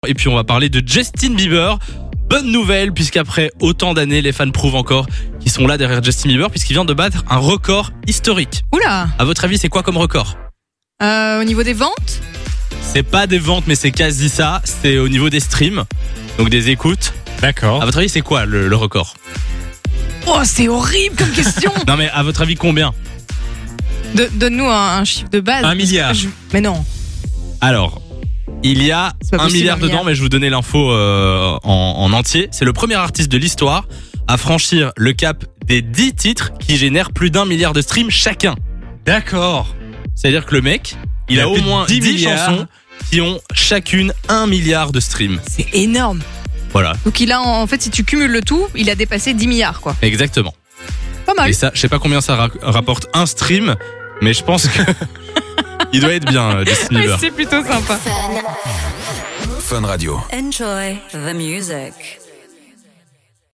Et puis on va parler de Justin Bieber. Bonne nouvelle, puisqu'après autant d'années, les fans prouvent encore qu'ils sont là derrière Justin Bieber, puisqu'il vient de battre un record historique. Oula. À votre avis, c'est quoi comme record ? Au niveau des ventes ? C'est pas des ventes, mais c'est quasi ça. C'est au niveau des streams, donc des écoutes. D'accord. À votre avis, c'est quoi le record ? Oh, c'est horrible comme question. Non mais à votre avis, combien ? Donne-nous un chiffre de base. 1 milliard. Mais non. Alors, il y a C'est pas 1 possible, milliard 1 dedans, milliard. mais je vous donnais l'info en entier. C'est le premier artiste de l'histoire à franchir le cap des 10 titres qui génèrent plus d'1 milliard de streams chacun. D'accord. C'est-à-dire que le mec, il a au plus de moins 10 10 milliards. chansons qui ont chacune 1 milliard de streams. C'est énorme. Voilà, Donc il a, en fait, si tu cumules le tout, il a dépassé 10 milliards, quoi. exactement. Pas mal. Et ça, je sais pas combien ça rapporte un stream, mais je pense que il doit être bien, Justin Bieber. C'est plutôt sympa. Fun Radio. Enjoy the music.